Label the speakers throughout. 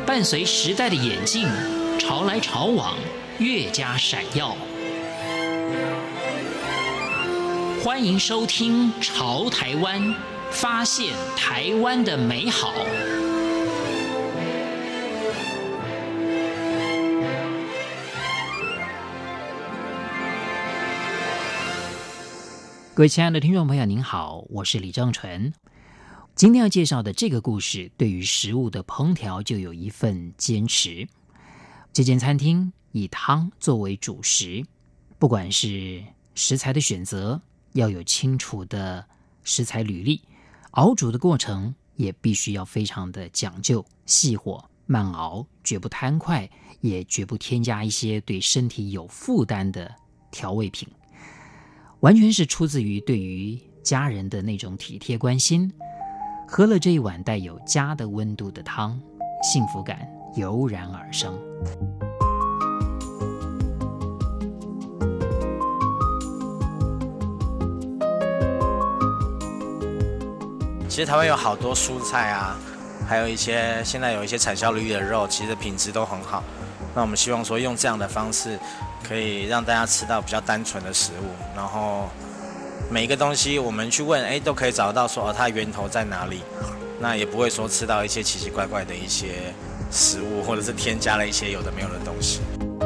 Speaker 1: 伴随时代的演进，潮来潮往，越加闪耀。欢迎收听《潮台湾》，发现台湾的美好。各位亲爱的听众朋友，您好，我是李正纯。今天要介绍的这个故事，对于食物的烹调就有一份坚持。这间餐厅以汤作为主食，不管是食材的选择，要有清楚的食材履历，熬煮的过程也必须要非常的讲究，细火慢熬，绝不贪快，也绝不添加一些对身体有负担的调味品。完全是出自于对于家人的那种体贴关心。喝了这一碗带有家的温度的汤，幸福感油然而生。
Speaker 2: 其实台湾有好多蔬菜啊，还有现在有一些产销履历的肉，其实品质都很好。那我们希望说用这样的方式，可以让大家吃到比较单纯的食物，然后每一个东西我们去问，都可以找到说它的源头在哪里，那也不会说吃到一些奇奇怪怪的一些食物，或者是添加了一些有的没有的东西。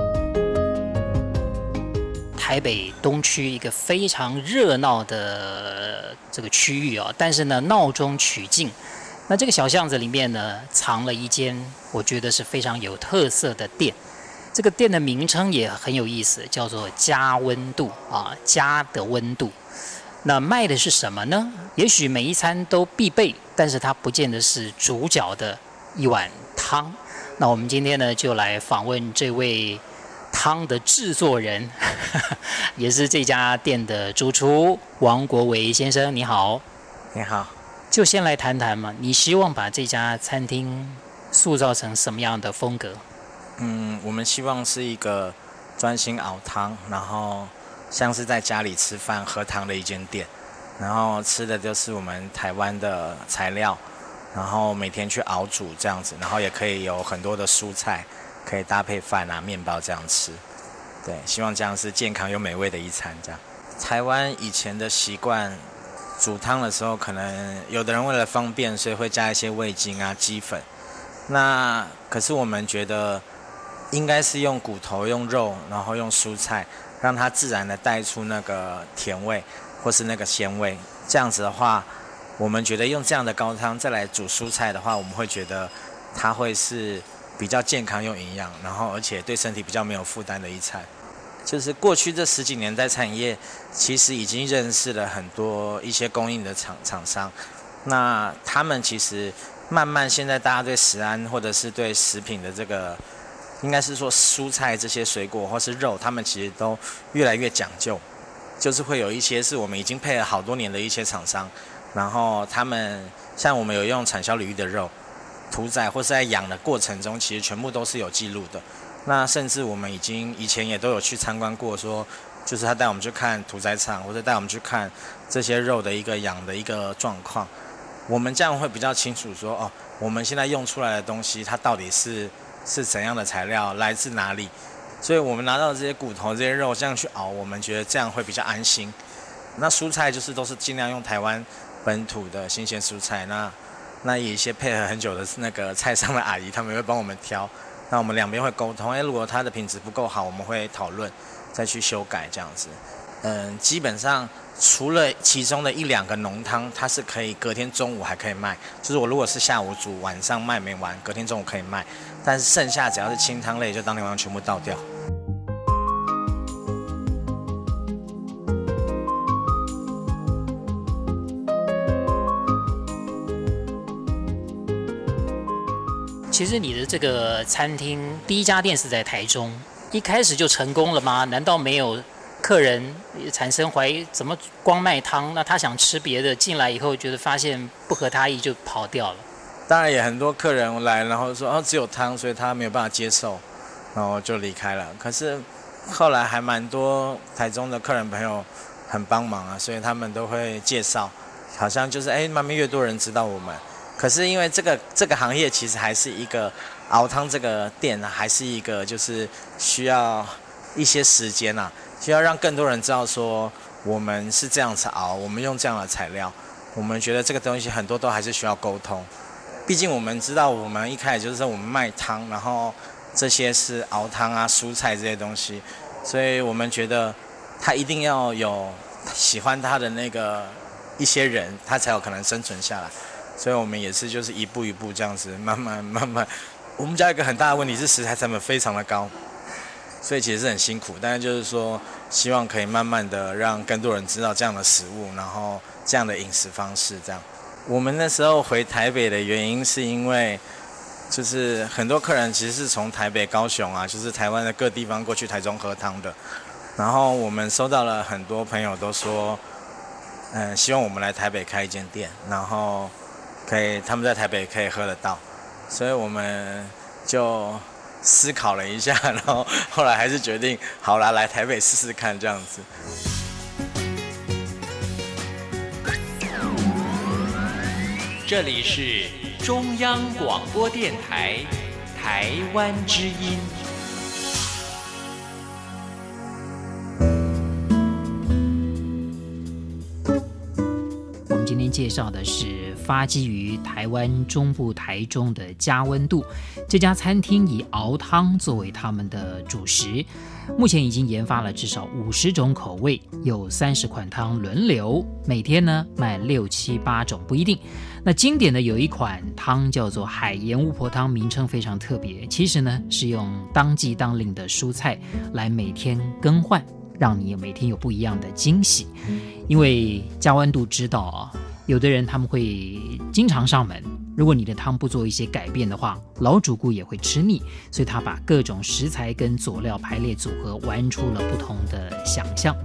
Speaker 1: 台北东区一个非常热闹的这个区域啊，但是呢闹中取静。那这个小巷子里面呢，藏了一间我觉得是非常有特色的店。这个店的名称也很有意思，叫做家温度啊，家的温度。那卖的是什么呢？也许每一餐都必备，但是它不见得是主角的一碗汤。那我们今天呢，就来访问这位汤的制作人，也是这家店的主厨王国维先生。你好。
Speaker 2: 你好。
Speaker 1: 就先来谈谈嘛，你希望把这家餐厅塑造成什么样的风格？
Speaker 2: 我们希望是一个专心熬汤，然后像是在家里吃饭喝汤的一间店，然后吃的就是我们台湾的材料，然后每天去熬煮这样子，然后也可以有很多的蔬菜可以搭配饭啊面包这样吃。对，希望这样是健康又美味的一餐这样。台湾以前的习惯，煮汤的时候可能有的人为了方便，所以会加一些味精啊鸡粉，那可是我们觉得应该是用骨头用肉，然后用蔬菜，让它自然的带出那个甜味或是那个鲜味。这样子的话，我们觉得用这样的高汤再来煮蔬菜的话，我们会觉得它会是比较健康又营养，然后而且对身体比较没有负担的一餐。就是过去这10几年在餐饮业，其实已经认识了很多一些供应的厂商，那他们其实慢慢现在大家对食安或者是对食品的这个，应该是说蔬菜这些水果或是肉，他们其实都越来越讲究，就是会有一些是我们已经配了好多年的一些厂商，然后他们像我们有用产销履历的肉，屠宰或是在养的过程中，其实全部都是有记录的。那甚至我们以前也都有去参观过，说就是他带我们去看屠宰场，或者带我们去看这些肉的一个养的一个状况，我们这样会比较清楚说，我们现在用出来的东西它到底是怎样的材料，来自哪里，所以我们拿到这些骨头这些肉这样去熬，我们觉得这样会比较安心。那蔬菜就是都是尽量用台湾本土的新鲜蔬菜，那有一些配合很久的那个菜商的阿姨，他们会帮我们挑。那我们两边会沟通，如果它的品质不够好，我们会讨论再去修改这样子。基本上除了其中的1-2个浓汤，它是可以隔天中午还可以卖，就是我如果是下午煮，晚上卖没完，隔天中午可以卖。但是剩下只要是清汤类，就当天晚上全部倒掉。
Speaker 1: 其实你的这个餐厅第一家店是在台中，一开始就成功了吗？难道没有客人产生怀疑，怎么光卖汤？那他想吃别的，进来以后觉得发现不合他意就跑掉了。
Speaker 2: 当然也很多客人来，然后说只有汤，所以他没有办法接受，然后就离开了。可是后来还蛮多台中的客人朋友很帮忙啊，所以他们都会介绍，好像就是慢慢越多人知道我们， 可是因为这个行业其实还是一个熬汤这个店呢，还是一个就是需要一些时间啊，需要让更多人知道说我们是这样子熬，我们用这样的材料，我们觉得这个东西很多都还是需要沟通。毕竟我们知道，我们一开始就是说我们卖汤，然后这些是熬汤啊、蔬菜这些东西，所以我们觉得他一定要有喜欢他的那个一些人，他才有可能生存下来。所以我们也是就是一步一步这样子慢慢。我们家有一个很大的问题是食材成本非常的高，所以其实是很辛苦。但是就是说，希望可以慢慢的让更多人知道这样的食物，然后这样的饮食方式。这样，我们那时候回台北的原因是因为，就是很多客人其实是从台北、高雄啊，就是台湾的各地方过去台中喝汤的。然后我们收到了很多朋友都说，希望我们来台北开一间店，然后他们在台北可以喝得到，所以我们就思考了一下，然后后来还是决定好啦，来台北试试看这样子。
Speaker 1: 这里是中央广播电台台湾之音。今天介绍的是发迹于台湾中部台中的嘉温度，这家餐厅以熬汤作为他们的主食，目前已经研发了至少50种口味，有30款汤轮流，每天呢卖6、7、8种不一定。那经典的有一款汤叫做海盐巫婆汤，名称非常特别，其实呢是用当季当令的蔬菜来每天更换，让你每天有不一样的惊喜。因为嘉温度知道啊，有的人他们会经常上门，如果你的汤不做一些改变的话，老主顾也会吃腻，所以他把各种食材跟佐料排列组合，玩出了不同的想象。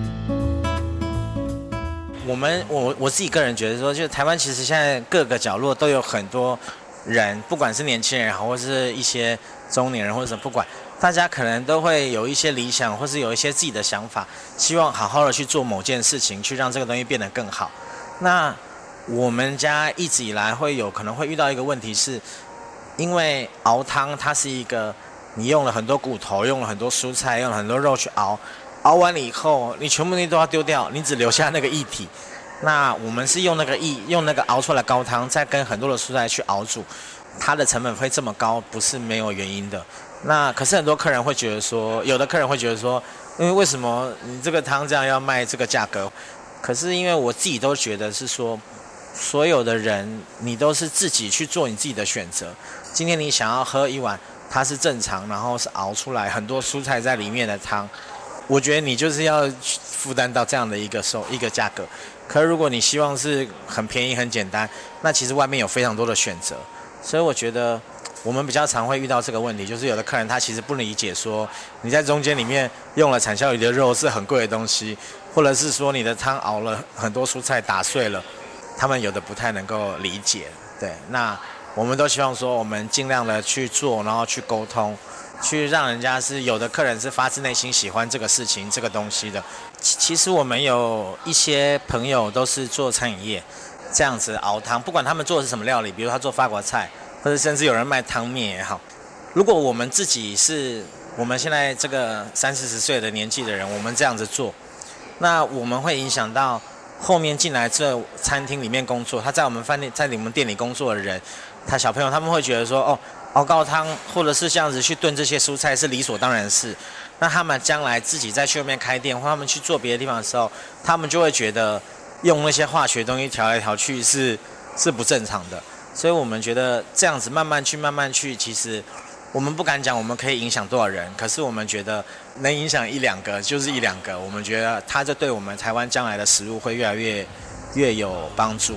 Speaker 2: 我自己个人觉得说，就是台湾其实现在各个角落都有很多人，不管是年轻人或是一些中年人或者不管，大家可能都会有一些理想，或是有一些自己的想法，希望好好的去做某件事情，去让这个东西变得更好。那我们家一直以来可能会遇到一个问题是，因为熬汤它是一个你用了很多骨头，用了很多蔬菜，用了很多肉去熬，熬完了以后你全部东西都要丢掉，你只留下那个液体。那我们是用那个熬出来高汤，再跟很多的蔬菜去熬煮，它的成本会这么高，不是没有原因的。那可是很多客人会觉得说，有的客人会觉得说，因为为什么你这个汤这样要卖这个价格？可是因为我自己都觉得是说，所有的人你都是自己去做你自己的选择。今天你想要喝一碗它是正常，然后是熬出来很多蔬菜在里面的汤，我觉得你就是要负担到这样的一个价格。可是如果你希望是很便宜很简单，那其实外面有非常多的选择。所以我觉得我们比较常会遇到这个问题，就是有的客人他其实不理解说，你在中间里面用了产销鱼的肉是很贵的东西，或者是说你的汤熬了很多蔬菜打碎了，他们有的不太能够理解。对，那我们都希望说我们尽量的去做，然后去沟通，去让人家是有的客人是发自内心喜欢这个事情这个东西的。其实我们有一些朋友都是做餐饮业，这样子熬汤，不管他们做的是什么料理，比如他做法国菜，或者甚至有人卖汤面也好。如果我们自己是我们现在这个30-40岁的年纪的人，我们这样子做，那我们会影响到后面进来这餐厅里面工作，他在我们饭店在你们店里工作的人，他小朋友他们会觉得说，哦，熬高汤或者是这样子去炖这些蔬菜是理所当然的事。那他们将来自己再去外面开店，或他们去做别的地方的时候，他们就会觉得用那些化学东西调来调去是不正常的。所以我们觉得这样子慢慢去，其实我们不敢讲我们可以影响多少人，可是我们觉得能影响1-2个就是1-2个，我们觉得它就对我们台湾将来的食物会越来越有帮助。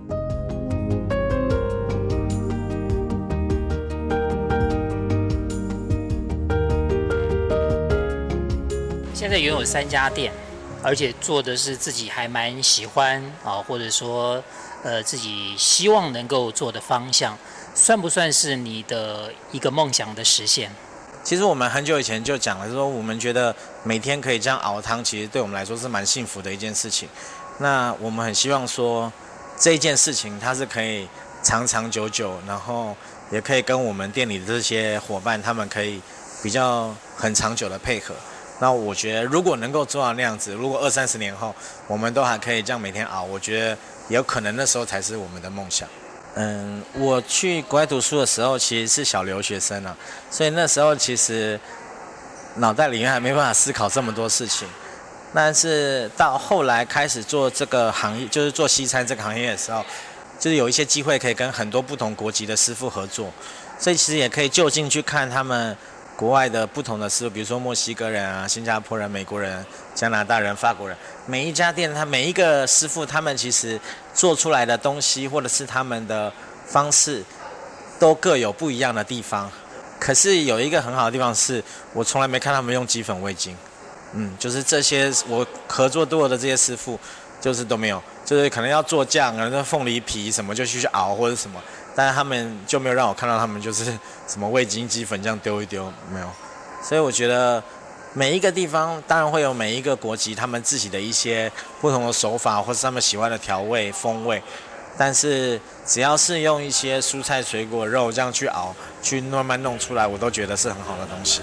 Speaker 1: 现在拥有3家店，而且做的是自己还蛮喜欢啊，或者说自己希望能够做的方向，算不算是你的一个梦想的实现？
Speaker 2: 其实我们很久以前就讲了，说我们觉得每天可以这样熬汤，其实对我们来说是蛮幸福的一件事情。那我们很希望说这件事情它是可以长长久久，然后也可以跟我们店里的这些伙伴，他们可以比较很长久的配合。那我觉得如果能够做到那样子，如果20-30年后我们都还可以这样每天熬，我觉得也有可能那时候才是我们的梦想。我去国外读书的时候其实是小留学生啊，所以那时候其实脑袋里面还没办法思考这么多事情。但是到后来开始做这个行业，就是做西餐这个行业的时候，就是有一些机会可以跟很多不同国籍的师傅合作，所以其实也可以就近去看他们国外的不同的师傅，比如说墨西哥人啊、新加坡人、美国人、加拿大人、法国人，每一家店他每一个师傅他们其实做出来的东西或者是他们的方式都各有不一样的地方。可是有一个很好的地方是，我从来没看他们用鸡粉味精。就是这些我合作多的这些师傅，就是都没有，就是可能要做酱啊，那凤梨皮什么就去熬或者什么，但是他们就没有让我看到他们就是什么味精鸡粉这样丢一丢，没有。所以我觉得每一个地方当然会有每一个国籍他们自己的一些不同的手法，或是他们喜欢的调味风味，但是只要是用一些蔬菜水果肉这样去熬，去慢慢弄出来，我都觉得是很好的东西。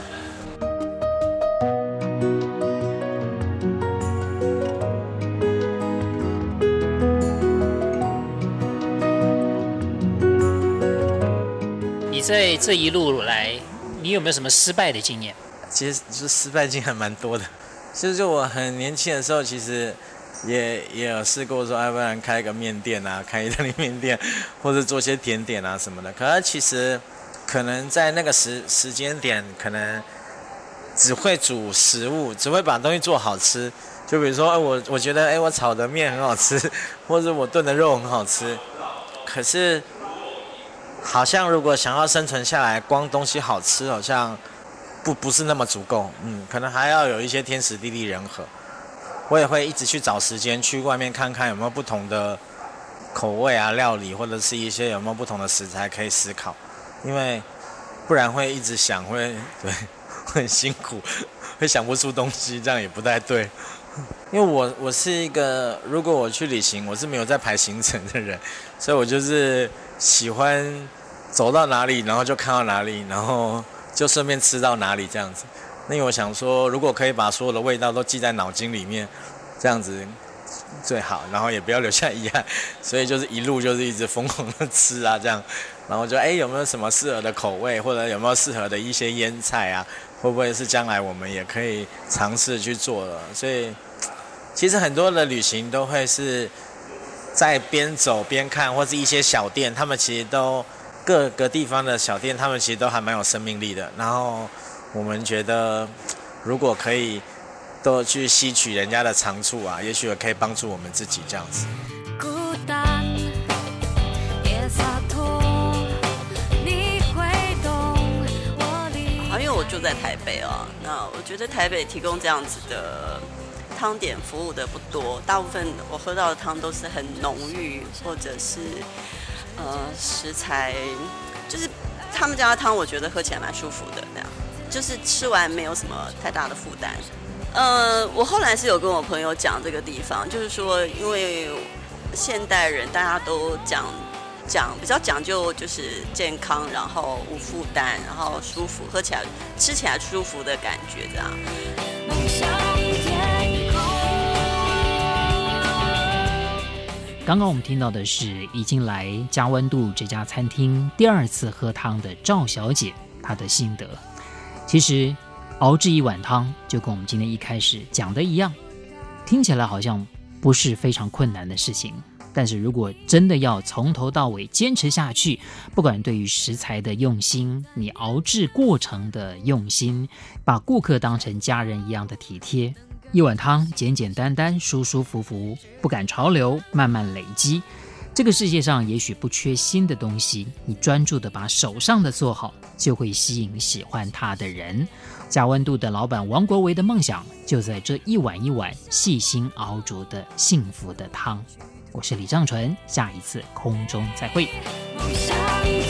Speaker 1: 在这一路来，你有没有什么失败的经验？
Speaker 2: 其实就失败经验蛮多的。其实就我很年轻的时候，其实也有试过说，要不然开个面店啊，开意大利面店，或者做些甜点啊什么的。可是其实可能在那个时间点，可能只会煮食物，只会把东西做好吃。就比如说，我觉得我炒的面很好吃，或者我炖的肉很好吃。可是好像如果想要生存下来，光东西好吃好像不是那么足够，可能还要有一些天时地利人和。我也会一直去找时间去外面看看有没有不同的口味啊、料理，或者是一些有没有不同的食材可以思考，因为不然会一直想，会很辛苦，会想不出东西，这样也不太对。因为我是一个，如果我去旅行，我是没有在排行程的人，所以我就是喜欢走到哪里，然后就看到哪里，然后就顺便吃到哪里这样子。那我想说，如果可以把所有的味道都记在脑筋里面，这样子最好，然后也不要留下遗憾。所以就是一路就是一直疯狂的吃啊，这样，然后就有没有什么适合的口味，或者有没有适合的一些腌菜啊，会不会是将来我们也可以尝试去做的。所以其实很多的旅行都会是在边走边看，或是一些小店，他们其实都各个地方的小店，他们其实都还蛮有生命力的。然后我们觉得，如果可以都去吸取人家的长处啊，也许也可以帮助我们自己这样子。孤单也洒脱，
Speaker 3: 你会懂我的。好，因为我住在台北哦，那我觉得台北提供这样子的汤点服务的不多，大部分我喝到的汤都是很浓郁，或者是食材就是他们家的汤，我觉得喝起来蛮舒服的，那样就是吃完没有什么太大的负担。我后来是有跟我朋友讲这个地方，就是说因为现代人大家都讲比较讲究就是健康，然后无负担，然后舒服，喝起来吃起来舒服的感觉这样。
Speaker 1: 刚刚我们听到的是已经来加温度这家餐厅第二次喝汤的赵小姐，她的心得。其实熬制一碗汤就跟我们今天一开始讲的一样，听起来好像不是非常困难的事情，但是如果真的要从头到尾坚持下去，不管对于食材的用心，你熬制过程的用心，把顾客当成家人一样的体贴，一碗汤简简单单舒舒服服，不赶潮流，慢慢累积。这个世界上也许不缺新的东西，你专注的把手上的做好，就会吸引喜欢它的人。加温度的老板王国维的梦想就在这一碗一碗细心熬煮的幸福的汤。我是李正淳，下一次空中再会。梦想